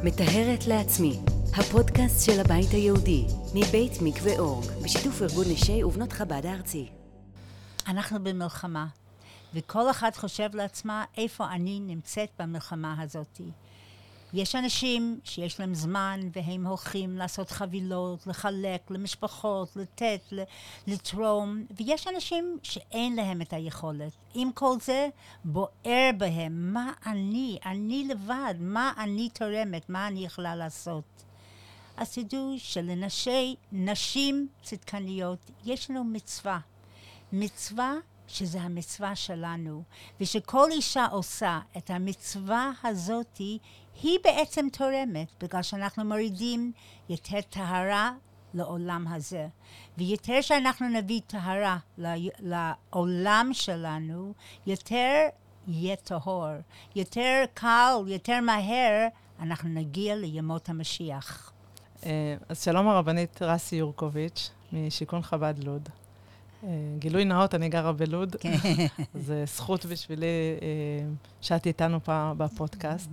מטהרת לעצמי, הפודקאסט של הבית היהודי, מבית מקווה אורג, בשיתוף ארגון נשי ובנות חב"ד הארצי. אנחנו במלחמה, וכל אחד חושב לעצמה איפה אני נמצאת במלחמה הזאת. יש אנשים שיש להם זמן והם הולכים לעשות חבילות, לחלק למשפחות, לתת, לתרום, ויש אנשים שאין להם את היכולת. עם כל זה בוער בהם, מה אני לבד, מה אני תורמת, מה אני יכולה לעשות. אז תדעו שלנשים צדקניות יש לנו מצווה שזה המצווה שלנו, ושכל אישה עושה את המצווה הזאת, היא בעצם תורמת, בגלל שאנחנו מורידים יותר טהרה לעולם הזה. ויותר שאנחנו נביא טהרה לעולם שלנו, יותר יהיה טהור. יותר קל, יותר מהר, אנחנו נגיע לימות המשיח. אז שלום הרבנית רסי יורקוביץ', משיכון חב"ד לוד. גילוי נאות, אני גרה בלוד. זה זכות בשבילי שאת איתנו פה בפודקאסט.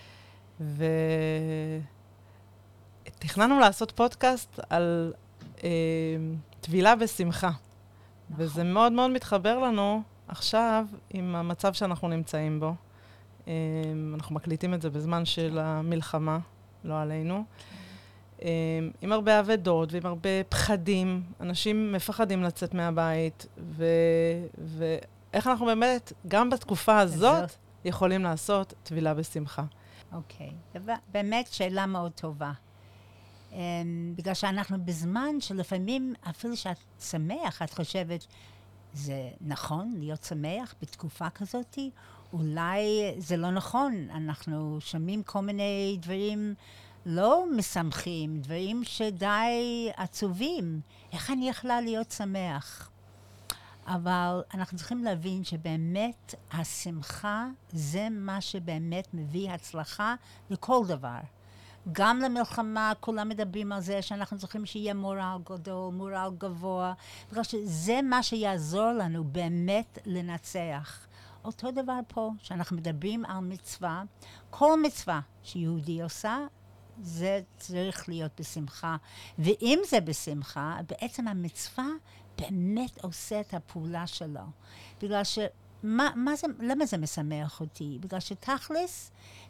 ותכננו לעשות פודקאסט על טבילה בשמחה. וזה מאוד מאוד מתחבר לנו עכשיו עם המצב שאנחנו נמצאים בו. אנחנו מקליטים את זה בזמן של המלחמה, לא עלינו. עם הרבה אבדות ועם הרבה פחדים. אנשים מפחדים לצאת מהבית, ואיך אנחנו באמת, גם בתקופה הזאת, יכולים לעשות טבילה בשמחה. אוקיי. באמת שאלה מאוד טובה. בגלל שאנחנו בזמן שלפעמים, אפילו שאת שמח, את חושבת, זה נכון להיות שמח בתקופה כזאת? אולי זה לא נכון. אנחנו שומעים כל מיני דברים לא משמחים, דברים שדי עצובים. איך אני יכולה להיות שמח? אבל אנחנו צריכים להבין שבאמת השמחה זה מה שבאמת מביא הצלחה לכל דבר. גם למלחמה, כולם מדברים על זה שאנחנו צריכים שיהיה מורל גדול, מורל גבוה, בגלל שזה מה שיעזור לנו באמת לנצח. אותו דבר פה, שאנחנו מדברים על מצווה, כל מצווה שיהודי עושה, זה צריך להיות בשמחה. ואם זה בשמחה, בעצם המצווה באמת עושה את הפעולה שלו. בגלל למה זה משמח אותי? בגלל שתכלס,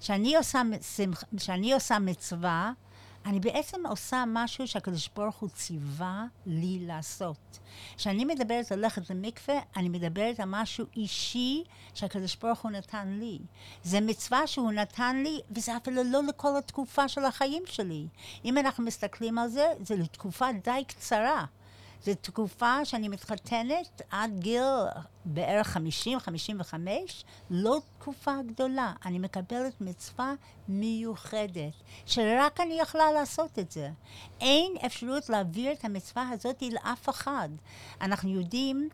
שאני עושה מצווה, אני בעצם עושה משהו שהקדוש ברוך הוא ציווה לי לעשות. כשאני מדברת על ללכת למקווה, אני מדברת על משהו אישי שהקדוש ברוך הוא נתן לי. זה מצווה שהוא נתן לי, וזה אפילו לא לכל התקופה של החיים שלי. אם אנחנו מסתכלים על זה, זה לתקופה די קצרה. זו תקופה שאני מתחתנת עד גיל בערך 50-55, לא תקופה גדולה. אני מקבלת מצווה מיוחדת, שרק אני יכולה לעשות את זה. אין אפשרות להעביר את המצווה הזאת לאף אחד. אנחנו יודעים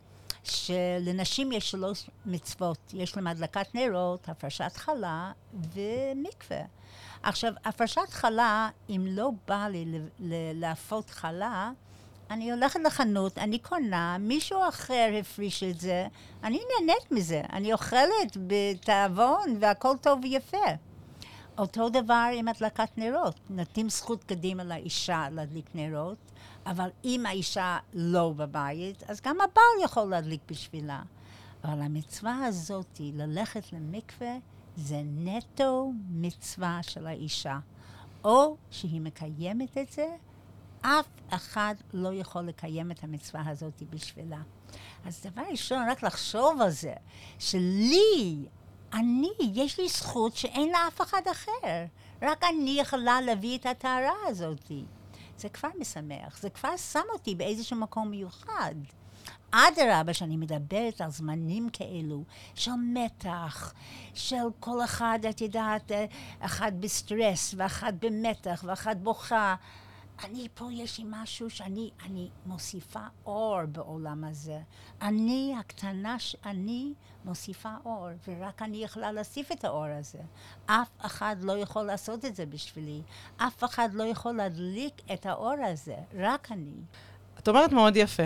שלנשים יש 3 מצוות. יש להם הדלקת נרות, הפרשת חלה ומקווה. עכשיו, הפרשת חלה, אם לא בא לי להפות חלה, אני הולכת לחנות, אני קונה, מישהו אחר הפריש את זה, אני נהנית מזה, אני אוכלת בתאבון והכל טוב ויפה. אותו דבר עם הדלקת נרות, נותנים זכות קדימה לאישה להדליק נרות, אבל אם האישה לא בבית, אז גם הבעל יכול להדליק בשבילה. אבל המצווה הזאת, ללכת למקווה, זה נטו מצווה של האישה. או שהיא מקיימת את זה, אף אחד לא יכול לקיים את המצווה הזאת בשבילה. אז דבר ראשון, רק לחשוב על זה, שלי, יש לי זכות שאין לאף אחד אחר. רק אני יכולה להביא את הטהרה הזאת. זה כבר משמח, זה כבר שם אותי באיזשהו מקום מיוחד. אדרבה, שאני מדברת על זמנים כאלו, של מתח, של כל אחד, את יודעת, אחד בסטרס, ואחד במתח, ואחד בוכה. פה יש לי משהו שאני מוסיפה אור בעולם הזה. הקטנה שאני מוסיפה אור, ורק אני יכולה להוסיף את האור הזה. אף אחד לא יכול לעשות את זה בשבילי. אף אחד לא יכול להדליק את האור הזה, רק אני. את אומרת מאוד יפה,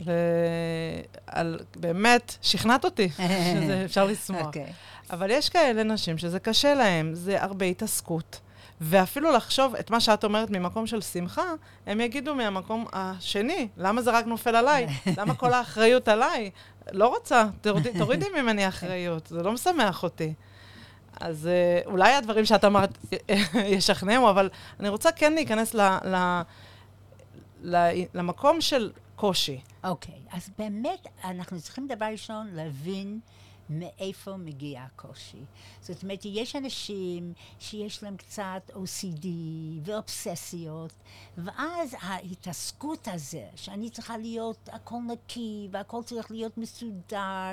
באמת שכנעת אותי, שזה אפשר לשמוח. אבל יש כאלה נשים שזה קשה להם, זה הרבה התעסקות. ואפילו לחשוב את מה שאת אומרת ממקום של שמחה, הם יגידו מהמקום השני, למה זה רק נופל עליי? למה כל האחריות עליי? לא רוצה, תורידי ממני אחריות, זה לא משמח אותי. אז אולי הדברים שאת אמרת ישכנעו, אבל אני רוצה כן להיכנס למקום של קושי. אוקיי, אז באמת אנחנו צריכים דבר ראשון להבין מאיפה מגיע הקושי. זאת אומרת, יש אנשים שיש להם קצת OCD ואובססיות, ואז ההתעסקות הזה, שאני צריכה להיות הכל נקי, והכל צריך להיות מסודר,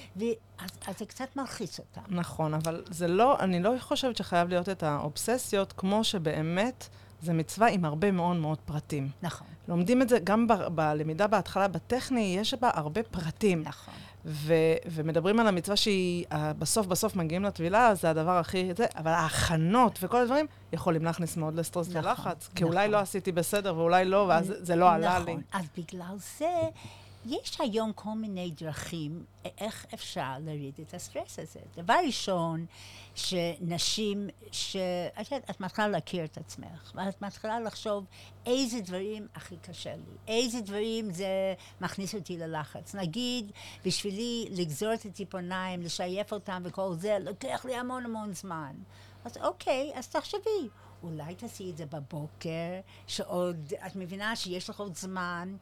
אז זה קצת מלחיץ אותם. נכון, אבל זה לא, אני לא חושבת שחייב להיות את האובססיות, כמו שבאמת זה מצווה עם הרבה מאוד מאוד פרטים. נכון. לומדים את זה גם בלמידה בהתחלה, בטכני, יש בה הרבה פרטים. נכון. ומדברים על המצווה שהיא, בסוף מגיעים לטבילה, זה הדבר הכי, אבל ההכנות וכל הדברים יכולים להכניס מאוד לסטרס ולחץ, כי אולי לא עשיתי בסדר ואולי לא, ואז זה לא עלה לי. נכון, אז בגלל זה יש היום כל מיני דרכים איך אפשר להוריד את הסטרס הזה. דבר ראשון, שנשים, את מתחילה להכיר את עצמך, ואת מתחילה לחשוב איזה דברים הכי קשה לי, איזה דברים זה מכניס אותי ללחץ. נגיד, בשבילי לגזור את הציפורניים, לשייף אותם וכל זה, לוקח לי המון זמן. אז אוקיי, אז תחשבי. אולי תעשי את זה בבוקר, שעוד, את מבינה שיש לך עוד זמן.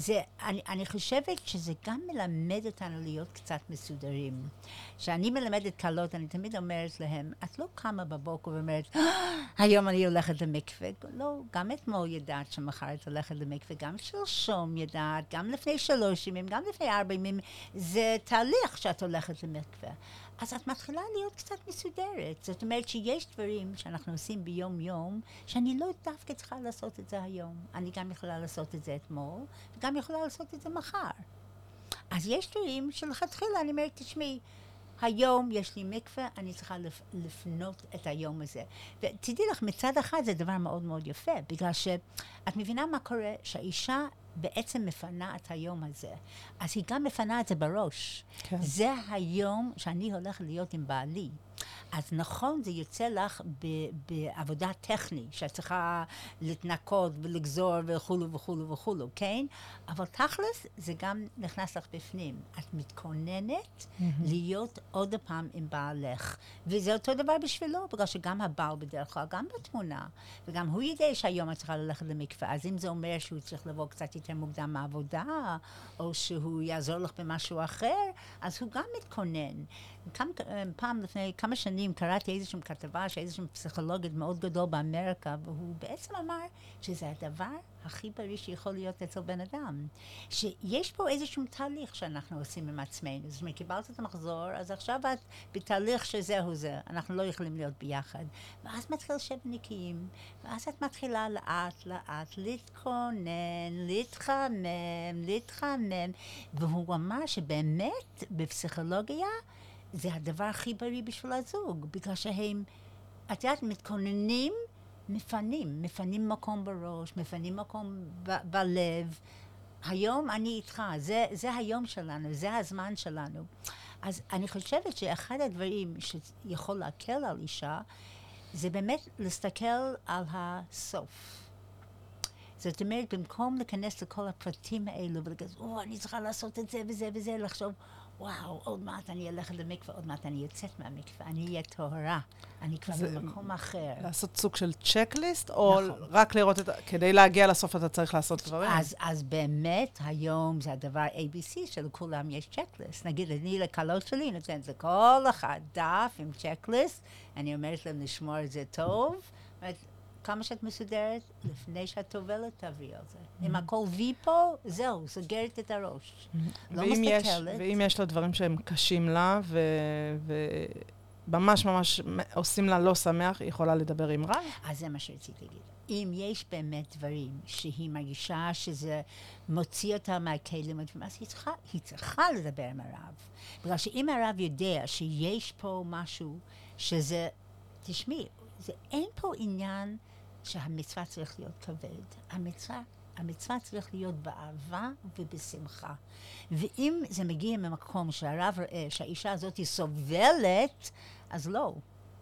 אני חושבת שזה גם מלמד אותנו להיות קצת מסודרים. כשאני מלמדת קלות, אני תמיד אומרת להם, את לא קמה בבוקר ואומרת, היום אני הולכת למקווה. לא, גם אתמול ידעת שמחר את הולכת למקווה, גם שלשום ידעת, גם לפני 3 ימים, גם לפני 4 ימים. זה תהליך שאת הולכת למקווה. אז את מתחילה להיות קצת מסודרת. זאת אומרת שיש דברים שאנחנו עושים ביום-יום, שאני לא דווקא צריכה לעשות את זה היום. אני גם יכולה לעשות את זה אתמול, וגם יכולה לעשות את זה מחר. אז יש דברים שלכתחילה אני אומרת, תשמעי, היום יש לי מקווה, אני צריכה לפנות את היום הזה. ותדעי לך, מצד אחד זה דבר מאוד מאוד יפה, בגלל שאת מבינה מה קורה, שהאישה בעצם מפנה את היום הזה. אז היא גם מפנה את זה בראש. כן. זה היום שאני הולך להיות עם בעלי. אז נכון, זה יוצא לך בעבודה טכנית, שאת צריכה להתנקות ולגזור וכולו, כן? אבל תכלס, זה גם נכנס לך בפנים. את מתכוננת להיות עוד פעם עם בעלך. וזה אותו דבר בשבילו, בגלל שגם הבעל בדרך כלל, גם בתמונה, וגם הוא יודע שהיום את צריכה ללכת למקווה, אז אם זה אומר שהוא צריך לבוא קצת יותר מוקדם מהעבודה, או שהוא יעזור לך במשהו אחר, אז הוא גם מתכונן. פעם לפני כמה שנים קראתי איזושהי כתבה שאיזושהי פסיכולוגית מאוד גדול באמריקה, והוא בעצם אמר שזה הדבר הכי בריא שיכול להיות אצל בן אדם. שיש פה איזשהו תהליך שאנחנו עושים עם עצמנו. זאת אומרת, קיבלת את המחזור, אז עכשיו את בתהליך שזהו זה. אנחנו לא יכולים להיות ביחד. ואז מתחיל לשבת נקיים, ואז את מתחילה לאט להתכונן, להתחמם, והוא אמר שבאמת בפסיכולוגיה זה הדבר הכי בריא בשביל הזוג, בגלל שהם, את יודעת, מתכוננים, מפנים מקום בראש, מפנים מקום בלב. היום אני איתך, זה היום שלנו, זה הזמן שלנו. אז אני חושבת שאחד הדברים שיכול להקל על אישה, זה באמת להסתכל על הסוף. זאת אומרת, במקום להיכנס לכל הפרטים האלו ולהגיד, אני צריכה לעשות את זה וזה וזה, לחשוב, וואו, עוד מעט אני אלך למקווה, עוד מעט אני יוצאת מהמקווה, אני אהיה טהרה, אני כבר במקום אחר. לעשות סוג של צ'קליסט, או רק לראות את, כדי להגיע לסוף אתה צריך לעשות דברים? אז באמת, היום זה הדבר ABC שלכולם יש צ'קליסט. נגיד, אני לקלות שלי נותן זה כל אחד דף עם צ'קליסט, אני אומרת להם לשמור את זה טוב, כמה שאת מסודרת, לפני שאת טובלת, תעברי על זה. אם הכל וי פה, זהו, סוגרת את הראש. לא מסתכלת. ואם יש לה דברים שהם קשים לה, וממש עושים לה לא שמח, היא יכולה לדבר עם רב? אז זה מה שרציתי להגיד. אם יש באמת דברים שהיא מרגישה שזה מוציא אותה מהכלים, אז היא צריכה לדבר עם הרב. בגלל שאם הרב יודע שיש פה משהו שזה, תשמעי, אין פה עניין שהמצווה צריך להיות כבד. המצווה צריך להיות באהבה ובשמחה. ואם זה מגיע ממקום שהרב רואה שהאישה הזאת היא סובלת, אז לא.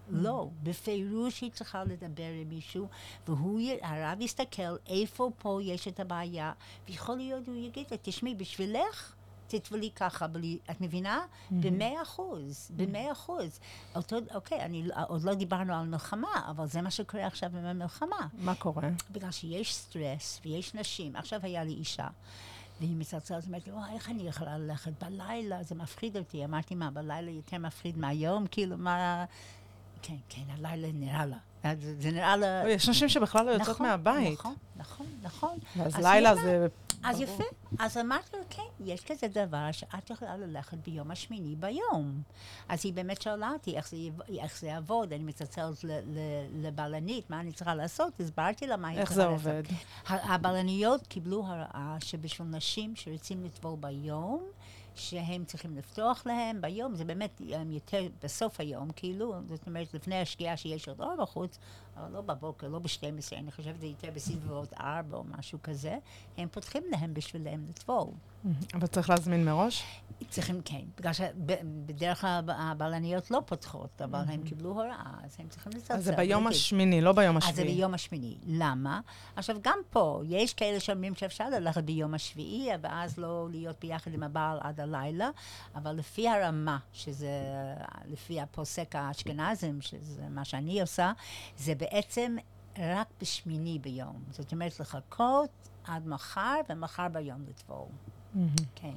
לא, בפירוש היא צריכה לדבר עם מישהו, הרב יסתכל איפה פה יש את הבעיה, ויכול להיות, הוא יגיד לה, תשמעי, בשבילך, תטבלי ככה, את מבינה? ב100%, ב100%. אוקיי, עוד לא דיברנו על מלחמה, אבל זה מה שקורה עכשיו עם המלחמה. מה קורה? בגלל שיש סטרס ויש נשים. עכשיו היה לי אישה, והיא מצלצלת, אמרתי, איך אני יכולה ללכת בלילה? זה מפחיד אותי. אמרתי, מה, בלילה יותר מפחיד מהיום? כאילו, מה... כן, הלילה נראה לה. זה נראה לה... יש נשים שבכלל לא יוצאות מהבית. נכון. אז לילה זה... אז יפה. אז אמרתי לו, כן, יש כזה דבר שאת יכולה ללכת ביום השמיני ביום. אז היא באמת שאלה אותי איך זה יעבוד, אני מצלצלת לבלנית, מה אני צריכה לעשות? הסברתי לה מה היא צריכה לעשות. איך זה עובד? הבלניות קיבלו הרעה שבשביל נשים שרוצים לטבול ביום, שהם צריכים לפתוח להם ביום, זה באמת יותר בסוף היום, כאילו, זאת אומרת, לפני השקיעה שיש עוד אור בחוץ, אבל לא בבוקר, לא ב-12, אני חושבת זה יותר בסביבות 4 או משהו כזה, הם פותחים להם בשבילם לטבול. אבל צריך להזמין מראש? צריכים, כן, בגלל שבדרך כלל הבלניות לא פותחות, אבל הם קיבלו הוראה, אז הם צריכים לצלצל. אז זה ביום השמיני, לא ביום השביעי. אז זה ביום השמיני. למה? עכשיו, גם פה, יש כאלה שאומרים שאפשר ללכת ביום השביעי, ואז לא להיות ביחד עם הבעל עד הלילה, אבל לפי הרמה, שזה לפי הפוסק האשכנזים, שזה מה שאני עושה, זה בעצם רק בשמיני ביום. זאת אומרת, לחכות עד מחר, ומחר ביום לטבול. כן.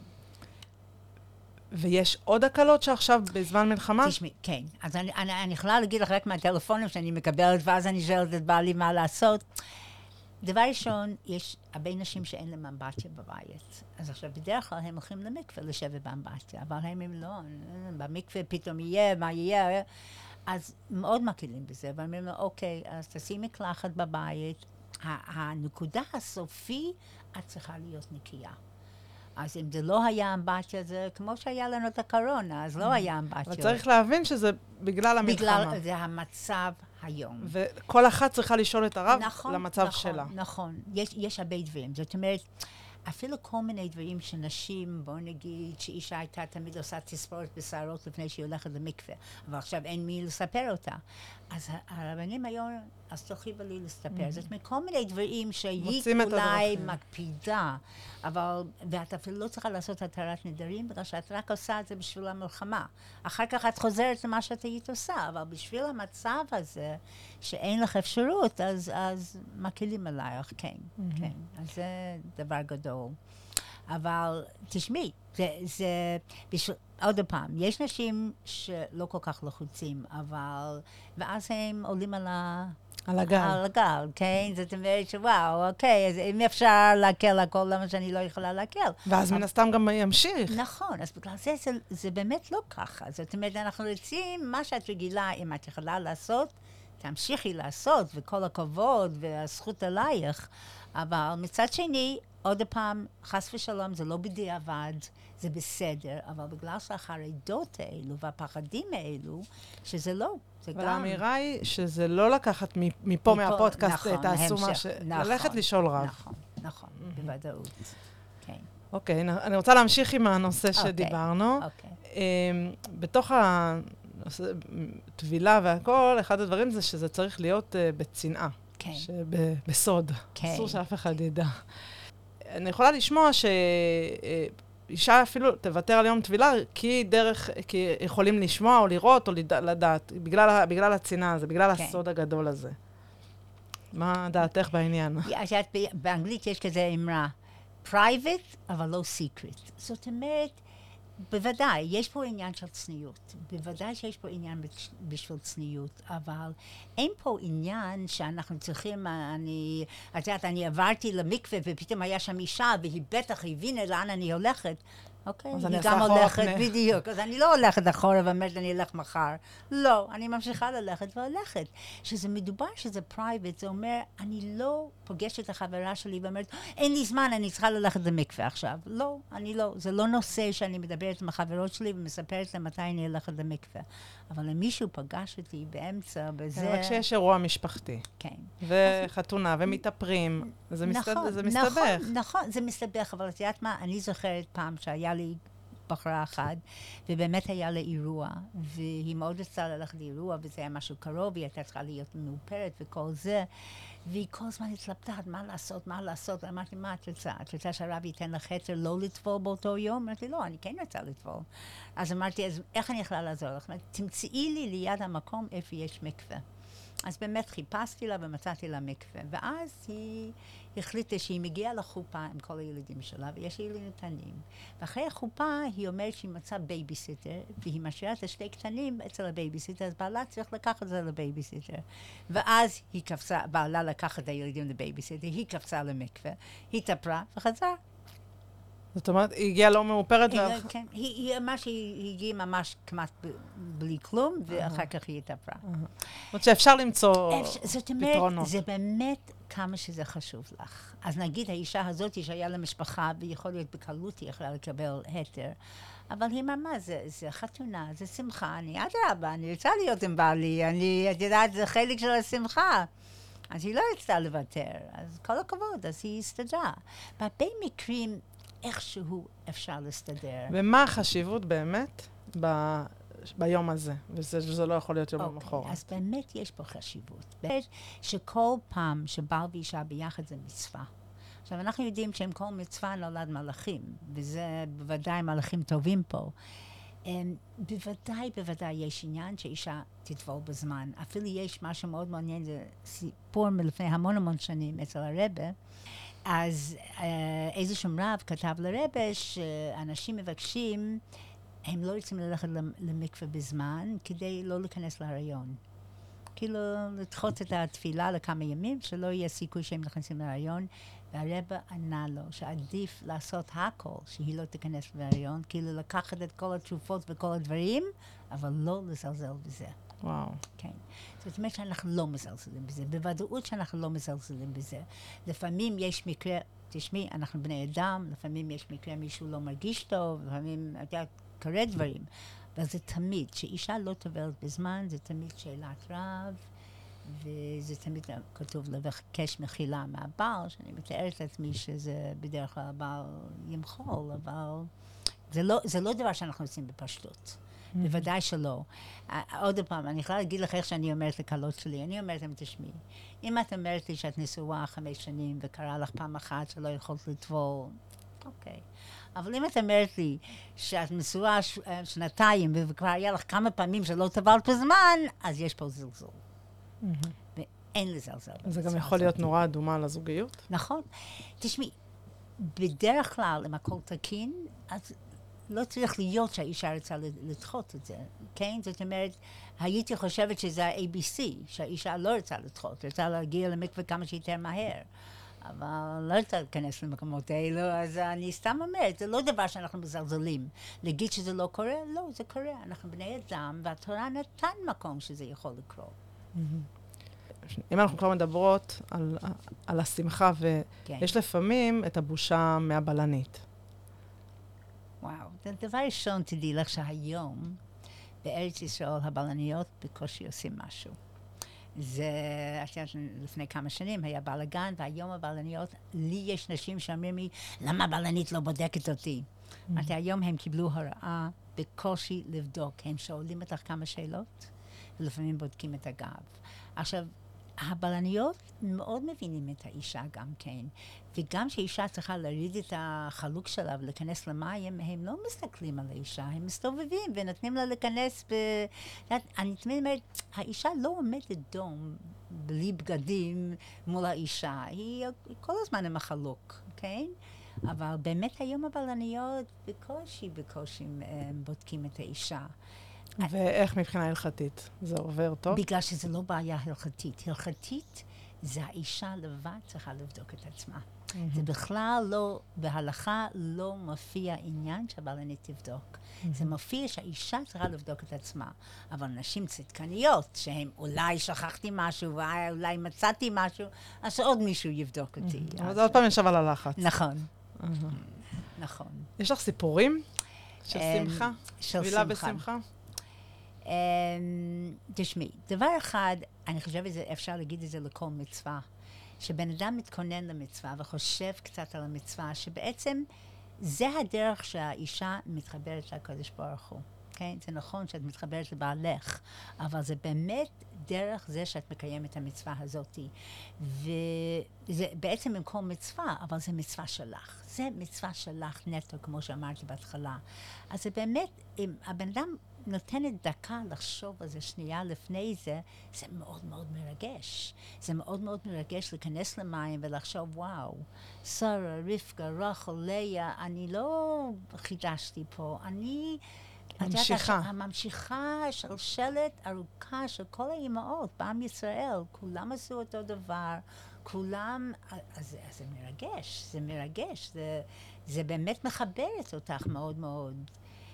ויש עוד הקלות שעכשיו בזמן מלחמה? תשמעי, כן. אז אני יכולה להגיד לך רק מהטלפונים שאני מקבלת, ואז אני שואלת את בעלי מה לעשות. דבר ראשון, יש הרבה נשים שאין להם אמבטיה בבית. אז עכשיו, בדרך כלל הם הולכים למקווה לשבת באמבטיה, אבל הם לא, במקווה פתאום יהיה, מה יהיה. אז מאוד מקלים בזה, ואומרים לו, אוקיי, אז תעשי מקלחת בבית. הנקודה הסופי, את צריכה להיות נקייה. אז אם זה לא היה אמבטיה, זה כמו שהיה לנו את הקורונה, אז לא היה אמבטיה. אבל צריך להבין שזה בגלל המלחמה. בגלל, זה המצב היום. וכל אחת צריכה לשאול את הרב למצב שלה. נכון, יש הרבה דברים. זאת אומרת, אפילו כל מיני דברים שנשים, בוא נגיד, שאישה הייתה תמיד עושה תספורת בשערות לפני שהיא הולכת למקווה, אבל עכשיו אין מי לספר אותה. אז הרבנים היום, אז תוכיבה לי לספר. זאת אומרת, כל מיני דברים שהיא אולי מקפידה, אבל, ואת אפילו לא צריכה לעשות התרת נדרים, בגלל שאת רק עושה את זה בשביל המלחמה. אחר כך את חוזרת למה שאת היית עושה, אבל בשביל המצב הזה, שאין לך אפשרות, אז מקלים עלייך, כן, כן. אז זה דבר גדול. אבל תשמעי, זה בשביל, עוד פעם, יש נשים שלא כל כך לחוצים, אבל, ואז הם עולים על הגל. על הגל, כן? זאת אומרת שוואו, אוקיי, אז אם אפשר להקל הכל, למה שאני לא יכולה להקל? ואז מן הסתם גם ימשיך. נכון, אז בגלל זה באמת לא ככה. זאת אומרת, אנחנו רוצים מה שאת רגילה, אם את יכולה לעשות, תמשיכי לעשות, וכל הכבוד, והזכות עלייך. אבל מצד שני, עוד פעם, חס ושלום, זה לא בדיעבד, זה בסדר, אבל בגלל שהחרדות האלו והפחדים האלו, שזה לא, זה גם... אבל האמירה היא שזה לא לקחת מפה מהפודקאסט, נכון, תעשו מה ש... ללכת לשאול רב. נכון, בוודאות, כן. אוקיי, אני רוצה להמשיך עם הנושא שדיברנו. בתוך הטבילה והכל, אחד הדברים זה שזה צריך להיות בצנעה. כן. בסוד. כן. אסור שאף אחד ידע. אני יכולה לשמוע שאישה אפילו תוותר על יום טבילה, כי יכולים לשמוע או לראות או לדעת, בגלל הצנעה הזה, בגלל הסוד הגדול הזה. מה דעתך בעניין? באנגלית יש כזה אמרה, private, אבל לא secret. זאת אומרת, בוודאי, יש פה עניין של צניעות. בוודאי שיש פה עניין בשביל צניעות, אבל אין פה עניין שאנחנו צריכים, את יודעת, אני עברתי למקווה ופתאום היה שם אישה, והיא בטח הבינה לאן אני הולכת. אוקיי, היא גם הולכת, בדיוק. אז אני לא הולכת אחורה ואומרת, אני אלך מחר. לא, אני ממשיכה ללכת והולכת. שזה מדובר שזה פרייבט, זה אומר, אני לא פוגשת את החברה שלי ואומרת, אין לי זמן, אני צריכה ללכת למקווה עכשיו. לא, אני לא. זה לא נושא שאני מדברת עם החברות שלי ומספרת להם מתי אני אלכת למקווה. אבל אם מישהו פגש אותי באמצע, בזה... רק שיש אירוע משפחתי. כן. וחתונה, ומתאפרים. זה מסתבך. נכון, זה מסתבך, אבל את יודעת מה? אני זוכרת פעם שהיה לי בחורה אחת, ובאמת היה לה אירוע, והיא מאוד רצתה ללכת לאירוע, וזה היה משהו קרוב, היא הייתה צריכה להיות מאופרת וכל זה, והיא כל הזמן התלבטת, מה לעשות, אמרתי, מה את רוצה? את רוצה שהרב ייתן לך היתר לא לטבול באותו יום? אמרתי, לא, אני כן רוצה לטבול. אז אמרתי, אז איך אני יכולה לעזור לך? תמצאי לי ליד המקום איפה יש מקווה. אז באמת חיפשתי לה ומצאתי לה מקווה, ואז היא החליטה שהיא מגיעה לחופה עם כל הילדים שלה, ויש ילדים קטנים. ואחרי החופה היא אומרת שהיא מצאה בייביסיטר, והיא משאירה את השתי קטנים אצל הבייביסיטר, אז בעלה צריך לקחת את זה לבייביסיטר. ואז היא קפצה, בעלה לקחת את הילדים לבייביסיטר, היא קפצה למקווה, היא התאפרה וחזרה. זאת אומרת, היא הגיעה לא מאופרת כן, היא הגיעה ממש כמעט בלי כלום, ואחר כך היא התאפרה. זאת אומרת שאפשר למצוא פתרונות. זה באמת כמה שזה חשוב לך. אז נגיד האישה הזאת שהיה לה משפחה, ויכול להיות בקלות היא יכולה לקבל היתר, אבל היא ממש, זה חתונה, זה שמחה, אני אדרבה, אני רוצה להיות עם בעלי, את יודעת, זה חלק של השמחה. אז היא לא רצתה לוותר, אז כל הכבוד, אז היא הסתדרה. בהרבה מקרים, איכשהו אפשר להסתדר. ומה החשיבות באמת ביום הזה? וזה לא יכול להיות יום המחרת. אז באמת יש פה חשיבות. שכל פעם שבעל ואישה ביחד זה מצווה. עכשיו, אנחנו יודעים שעם כל מצווה נולד מלאכים, וזה בוודאי מלאכים טובים פה. בוודאי יש עניין שאישה תטבול בזמן. אפילו יש משהו מאוד מעניין, זה סיפור מלפני המון שנים אצל הרבה. אז איזשהו רב כתב לרבה שאנשים מבקשים, הם לא רוצים ללכת למקווה בזמן כדי לא להיכנס להריון. כאילו לדחות את התפילה לכמה ימים, שלא יהיה סיכוי שהם נכנסים להריון, והרבה ענה לו שעדיף לעשות הכל, שהיא לא תיכנס להריון, כאילו לקחת את כל התרופות וכל הדברים, אבל לא לזלזל בזה. וואו. כן. זאת אומרת שאנחנו לא מזלזלים בזה. בוודאות שאנחנו לא מזלזלים בזה. לפעמים יש מקרה, תשמעי, אנחנו בני אדם, לפעמים יש מקרה מישהו לא מרגיש טוב, לפעמים, אתה יודע, קורה דברים. אבל זה תמיד, שאישה לא טובלת בזמן, זה תמיד שאלת רב, וזה תמיד כתוב לבקש מחילה מהבעל, שאני מתארת לעצמי שזה בדרך כלל הבעל ימחול, אבל זה לא דבר שאנחנו עושים בפשטות. בוודאי שלא. עוד פעם, אני יכולה להגיד לך איך שאני אומרת לקלות שלי. אני אומרת להם, תשמעי, אם את אומרת לי שאת נשואה 5 שנים וקרה לך פעם אחת שלא יכולת לטבול, אוקיי. אבל אם את אומרת לי שאת נשואה 2 וכבר היה לך כמה פעמים שלא טבלת בזמן, אז יש פה זלזול. ואין לזלזל. זה גם יכול להיות נורא אדומה לזוגיות. נכון. תשמעי, בדרך כלל, אם הכל תקין, אז לא צריך להיות שהאישה רוצה לדחות את זה, כן? זאת אומרת, הייתי חושבת שזה ה-ABC, שהאישה לא רוצה לדחות, רוצה להגיע למקווה כמה שיותר מהר. אבל לא רוצה להיכנס למקומות האלו, אז אני סתם אומרת, זה לא דבר שאנחנו מזלזלים. להגיד שזה לא קורה? לא, זה קורה. אנחנו בני אדם, והתורה נתן מקום שזה יכול לקרות. אם אנחנו כבר מדברות על השמחה, ויש לפעמים את הבושה מהבלנית. וואו, דבר ראשון, תדעי לך שהיום, בארץ ישראל, הבלניות בקושי עושים משהו. זה, לפני כמה שנים היה בלגן, והיום הבלניות, לי יש נשים שאומרים לי, למה הבלנית לא בודקת אותי? אמרתי, היום הם קיבלו הוראה בקושי לבדוק. הם שואלים אותך כמה שאלות, ולפעמים בודקים את הגב. עכשיו, הבלניות מאוד מבינים את האישה גם כן, וגם שהאישה צריכה להריד את החלוק שלה ולהיכנס למים, הם לא מסתכלים על האישה, הם מסתובבים ונותנים לה להיכנס אני תמיד אומרת, האישה לא עומדת דום בלי בגדים מול האישה, היא כל הזמן עם החלוק, כן? אבל באמת היום הבלניות בקושי בודקים את האישה. ואיך מבחינה הלכתית? זה עובר טוב? בגלל שזה לא בעיה הלכתית. הלכתית זה האישה לבד צריכה לבדוק את עצמה. זה בכלל לא, בהלכה לא מופיע עניין שהבלנית תבדוק. זה מופיע שהאישה צריכה לבדוק את עצמה. אבל נשים צדקניות, שהן אולי שכחתי משהו, ואולי מצאתי משהו, אז עוד מישהו יבדוק אותי. אז עוד פעם ישב על הלחץ. נכון. נכון. יש לך סיפורים של שמחה? של טבילה בשמחה? תשמעי, דבר אחד, אני חושבת שאפשר להגיד את זה לכל מצווה, שבן אדם מתכונן למצווה וחושב קצת על המצווה, שבעצם זה הדרך שהאישה מתחברת לקדוש ברוך הוא. כן? זה נכון שאת מתחברת לבעלך, אבל זה באמת דרך זה שאת מקיימת את המצווה הזאת. וזה בעצם במקום מצווה, אבל זה מצווה שלך. זה מצווה שלך נטו, כמו שאמרתי בהתחלה. אז זה באמת, אם הבן אדם נותנת דקה לחשוב על זה שנייה לפני זה, זה מאוד מאוד מרגש. זה מאוד מאוד מרגש להיכנס למים ולחשוב, וואו, שרה, רבקה, רחל, לאה, אני לא חידשתי פה, אני... ממשיכה. הממשיכה, שלשלת ארוכה של כל האימהות בעם ישראל, כולם עשו אותו דבר, כולם, אז זה מרגש, זה מרגש, זה באמת מחברת אותך מאוד מאוד.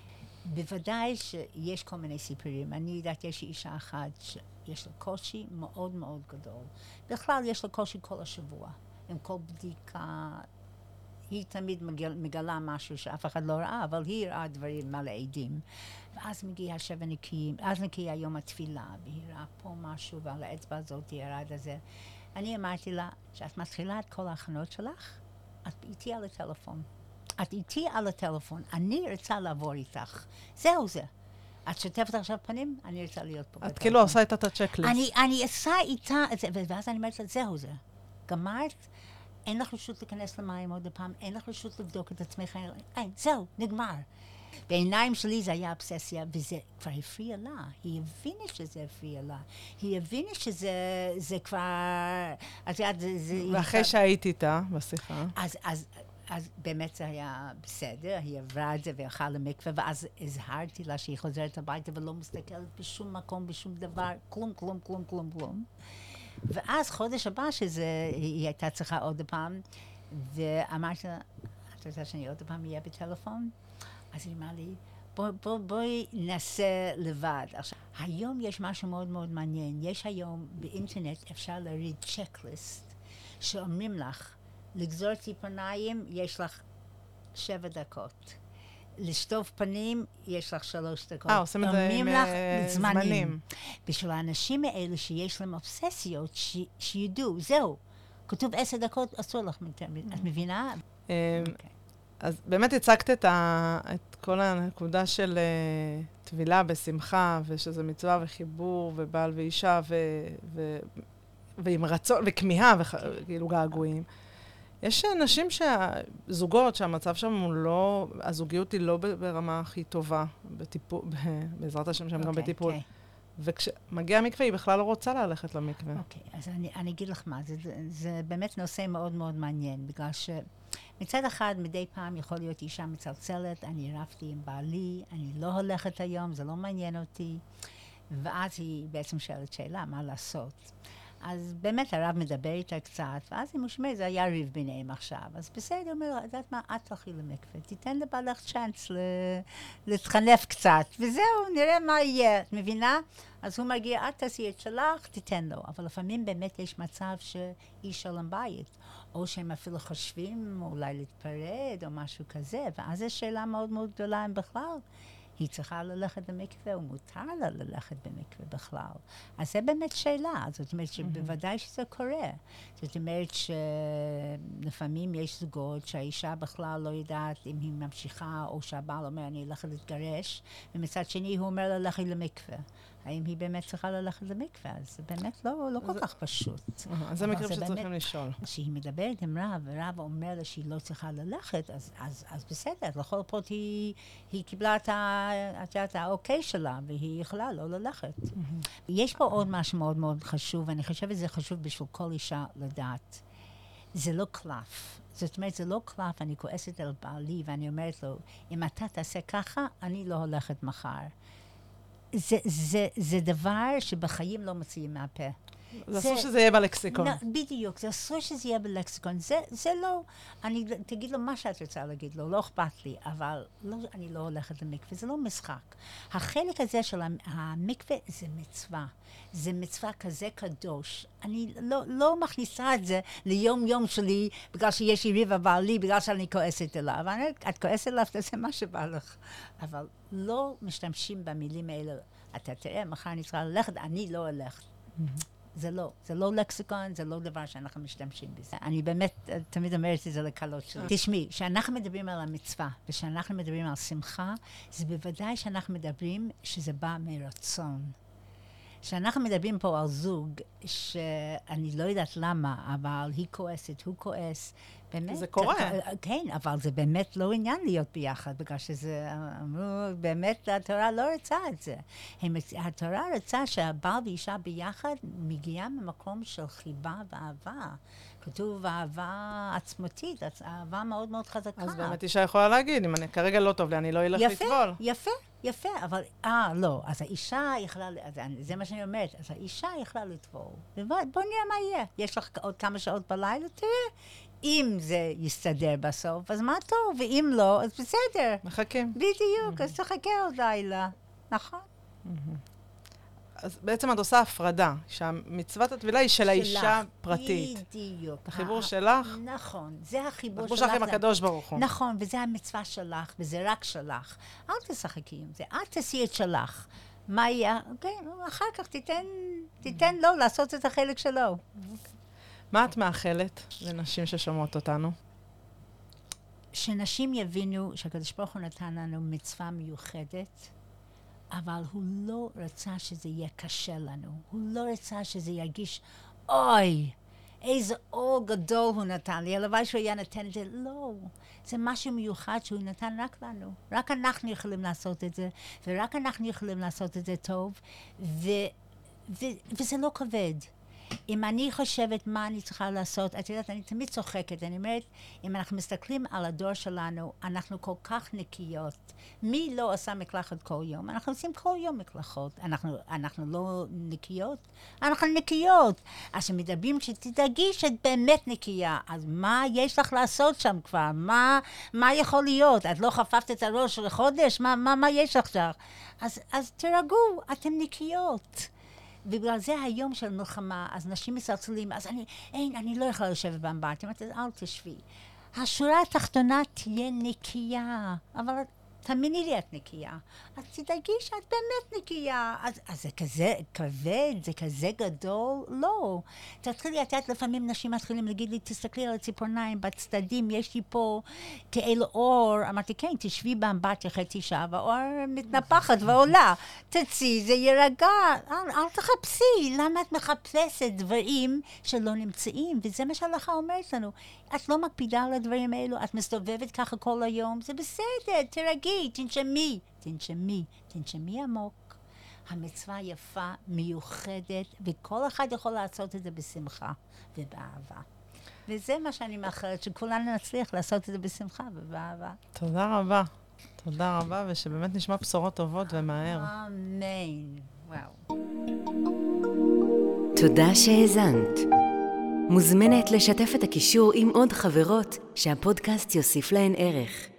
בוודאי שיש כל מיני סיפורים. אני יודעת, יש אישה אחת שיש לה קושי מאוד מאוד גדול. בכלל יש לה קושי כל השבוע, עם כל בדיקה. היא תמיד מגלה משהו שאף אחד לא ראה, אבל היא ראה דברים מלא עדים. ואז מגיע שבע נקיים, אז מגיע יום התפילה, והיא ראה פה משהו, ועל האצבע הזאת ירד הזה. אני אמרתי לה, שאת מתחילה את כל ההכנות שלך, את איתי על הטלפון. את איתי על הטלפון, אני רוצה לעבור איתך. זהו זה. את שוטפת עכשיו פנים, אני רוצה להיות פה. את כאילו עושה את הצ'קליסט. אני אעשה איתה, ואז אני אומרת לה, זהו זה. גמרת? אין לך רשות להיכנס למים עוד הפעם, אין לך רשות לבדוק את עצמך, אין, זהו, נגמר. בעיניים שלי זה היה אבססיה, וזה כבר הפריע לה. היא הבינה שזה הפריע לה. היא הבינה שזה כבר... אז ואחרי שהייתי איתה בשיחה. אז באמת זה היה בסדר, היא עברה את זה והלכה למקווה, ואז הזהרתי לה שהיא חוזרת הביתה ולא מסתכלת בשום מקום, בשום דבר, כלום, כלום, כלום, כלום, כלום. ואז חודש הבא היא הייתה צריכה עוד פעם, ואמרתי לה, את רוצה שאני עוד פעם אהיה בטלפון? אז היא אמרה לי, בואי נעשה לבד. עכשיו, היום יש משהו מאוד מאוד מעניין. יש היום באינטרנט אפשר להריד צ'קליסט, שאומרים לך, לגזור ציפורניים יש לך 7 דקות. לשטוף פנים, יש לך 3 דקות. עושים את זה עם זמנים. בשביל האנשים האלה שיש להם אובססיות, שידעו, זהו, כתוב 10 דקות, אסור לך, את מבינה? אז באמת הצגת את כל הנקודה של טבילה בשמחה, ושזה מצווה וחיבור, ובעל ואישה, ועם רצון, וכמיהה, וכאילו געגועים. יש נשים זוגות שהמצב שם הוא לא, הזוגיות היא לא ברמה הכי טובה, בעזרת השם שהם גם בטיפול. וכשמגיע המקווה, היא בכלל לא רוצה ללכת למקווה. אוקיי, אז אני אגיד לך מה, זה באמת נושא מאוד מאוד מעניין, בגלל שמצד אחד, מדי פעם יכול להיות אישה מצלצלת, אני רבתי עם בעלי, אני לא הולכת היום, זה לא מעניין אותי, ואז היא בעצם שואלת שאלה, מה לעשות? אז באמת הרב מדבר איתה קצת, ואז היא מושמע, זה היה ריב ביניהם עכשיו. אז בסדר, אומר, יודעת מה, את תלכי למקווה, תיתן לבעלך צ'אנס להתחנף קצת, וזהו, נראה מה יהיה, את מבינה? אז הוא מגיע, את תעשי את שלך, תיתן לו. אבל לפעמים באמת יש מצב שאי שלום בית, או שהם אפילו חושבים אולי להתפרד או משהו כזה, ואז זו שאלה מאוד מאוד גדולה אם בכלל. היא צריכה ללכת במקווה, ומותר לה ללכת במקווה בכלל. אז זה באמת שאלה. זאת אומרת שבוודאי שזה קורה. זאת אומרת שלפעמים יש זוגות שהאישה בכלל לא יודעת אם היא ממשיכה, או שהבעל אומר, אני הולכת להתגרש, ומצד שני הוא אומר לה, לכי למקווה. האם היא באמת צריכה ללכת למקווה? אז זה באמת לא כל כך פשוט. אז זה מקרים שצריכים לשאול. כשהיא מדברת עם רב, ורב אומר לה שהיא לא צריכה ללכת, אז בסדר, לכל פות היא קיבלה את האוקיי שלה, והיא יכולה לא ללכת. יש פה עוד משהו מאוד מאוד חשוב, ואני חושבת שזה חשוב בשביל כל אישה לדעת. זה לא קלף. זאת אומרת, זה לא קלף, אני כועסת על בעלי, ואני אומרת לו, אם אתה תעשה ככה, אני לא הולכת מחר. זה דבר שבחיים לא מוציאים מהפה. זה אסור שזה יהיה בלקסיקון. בדיוק, זה אסור שזה יהיה בלקסיקון. זה לא, תגיד לו מה שאת רוצה להגיד לו, לא אכפת לי, אבל אני לא הולכת למקווה, זה לא משחק. החלק הזה של המקווה זה מצווה. זה מצווה כזה קדוש. אני לא מכניסה את זה ליום שלי, בגלל שיש לי ריב בעלי, בגלל שאני כועסת אליו. את כועסת אליו, תעשה מה שבא לך. אבל לא משתמשים במילים האלה. אתה תראה, מחר אני צריכה ללכת, אני לא הולכת. זה לא לקסיקון, זה לא דבר שאנחנו משתמשים בזה. אני באמת תמיד אומרת את זה לקלות שלי. תשמעי, כשאנחנו מדברים על המצווה, וכשאנחנו מדברים על שמחה, זה בוודאי שאנחנו מדברים שזה בא מרצון. כשאנחנו מדברים פה על זוג, שאני לא יודעת למה, אבל היא כועסת, הוא כועס, באמת... זה קורה. כן, אבל זה באמת לא עניין להיות ביחד, בגלל שזה, באמת, התורה לא רצה את זה. התורה רצה שהבעל ואישה ביחד מגיעה ממקום של חיבה ואהבה. כתוב אהבה עצמתית, אהבה מאוד מאוד חזקה. אז באמת אישה יכולה להגיד, אם אני כרגע לא טוב לי, אני לא אלך לטבול. יפה, אבל, לא, אז האישה יכלה, זה מה שאני אומרת, אז האישה יכלה לטבול. בוא נראה מה יהיה. יש לך עוד כמה שעות בלילה, תראה, אם זה יסתדר בסוף, אז מה טוב, ואם לא, אז בסדר. מחכים. בדיוק, אז תחכה עוד לילה, נכון? אז בעצם את עושה הפרדה, שהמצוות הטבילה היא של האישה פרטית. בדיוק. החיבור שלך? נכון, זה החיבור שלך. החיבור שלך עם הקדוש ברוך הוא. נכון, וזה המצווה שלך, וזה רק שלך. אל תשחקי עם זה, אל תעשי את שלך. מה יהיה? אוקיי, אחר כך תיתן לו לעשות את החלק שלו. מה את מאחלת לנשים ששומעות אותנו? שנשים יבינו שהקדוש ברוך הוא נתן לנו מצווה מיוחדת, אבל הוא לא רצה שזה יהיה קשה לנו. הוא לא רצה שזה ירגיש, אוי, איזה אור גדול הוא נתן לי, הלוואי שהוא היה נתן את זה. לא, זה משהו מיוחד שהוא נתן רק לנו. רק אנחנו יכולים לעשות את זה, ורק אנחנו יכולים לעשות את זה טוב, וזה לא כבד. אם אני חושבת מה אני צריכה לעשות, את יודעת, אני תמיד צוחקת, אני אומרת, אם אנחנו מסתכלים על הדור שלנו, אנחנו כל כך נקיות. מי לא עושה מקלחת כל יום? אנחנו עושים כל יום מקלחות. אנחנו לא נקיות? אנחנו נקיות. אז שמדברים שתדאגי שאת באמת נקייה, אז מה יש לך לעשות שם כבר? מה יכול להיות? את לא חפפת את הראש לחודש? מה יש לך שם? אז תרגעו, אתם נקיות. ובגלל זה היום של מלחמה, אז נשים מסרצלים, אז אני לא יכולה לשבת באמבטיה, אל תשבי. השורה התחתונה תהיה נקייה, אבל תאמיני לי את נקייה. אז תדאגי שאת באמת נקייה. אז זה כזה כבד, זה כזה גדול? לא. תתחילי לתת, לפעמים נשים מתחילים להגיד לי, תסתכלי על הציפורניים, בצדדים יש לי פה כאל אור. אמרתי, כן, תשבי באמבטיה חצי שעה, והאור מתנפחת ועולה. תצאי, זה יירגע. אל תחפשי. למה את מחפשת דברים שלא נמצאים? וזה מה שההלכה אומרת לנו. את לא מקפידה על הדברים האלו, את מסתובבת ככה כל היום, זה בסדר, תרגעי, תנשמי עמוק. המצווה יפה, מיוחדת, וכל אחד יכול לעשות את זה בשמחה ובאהבה. וזה מה שאני מאחרת, שכולנו נצליח לעשות את זה בשמחה ובאהבה. תודה רבה. תודה רבה, ושבאמת נשמע בשורות טובות ומהר. אמן. וואו. תודה שהאזנת. מוזמנת לשתף את הקישור עם עוד חברות שהפודקאסט יוסיף להן ערך.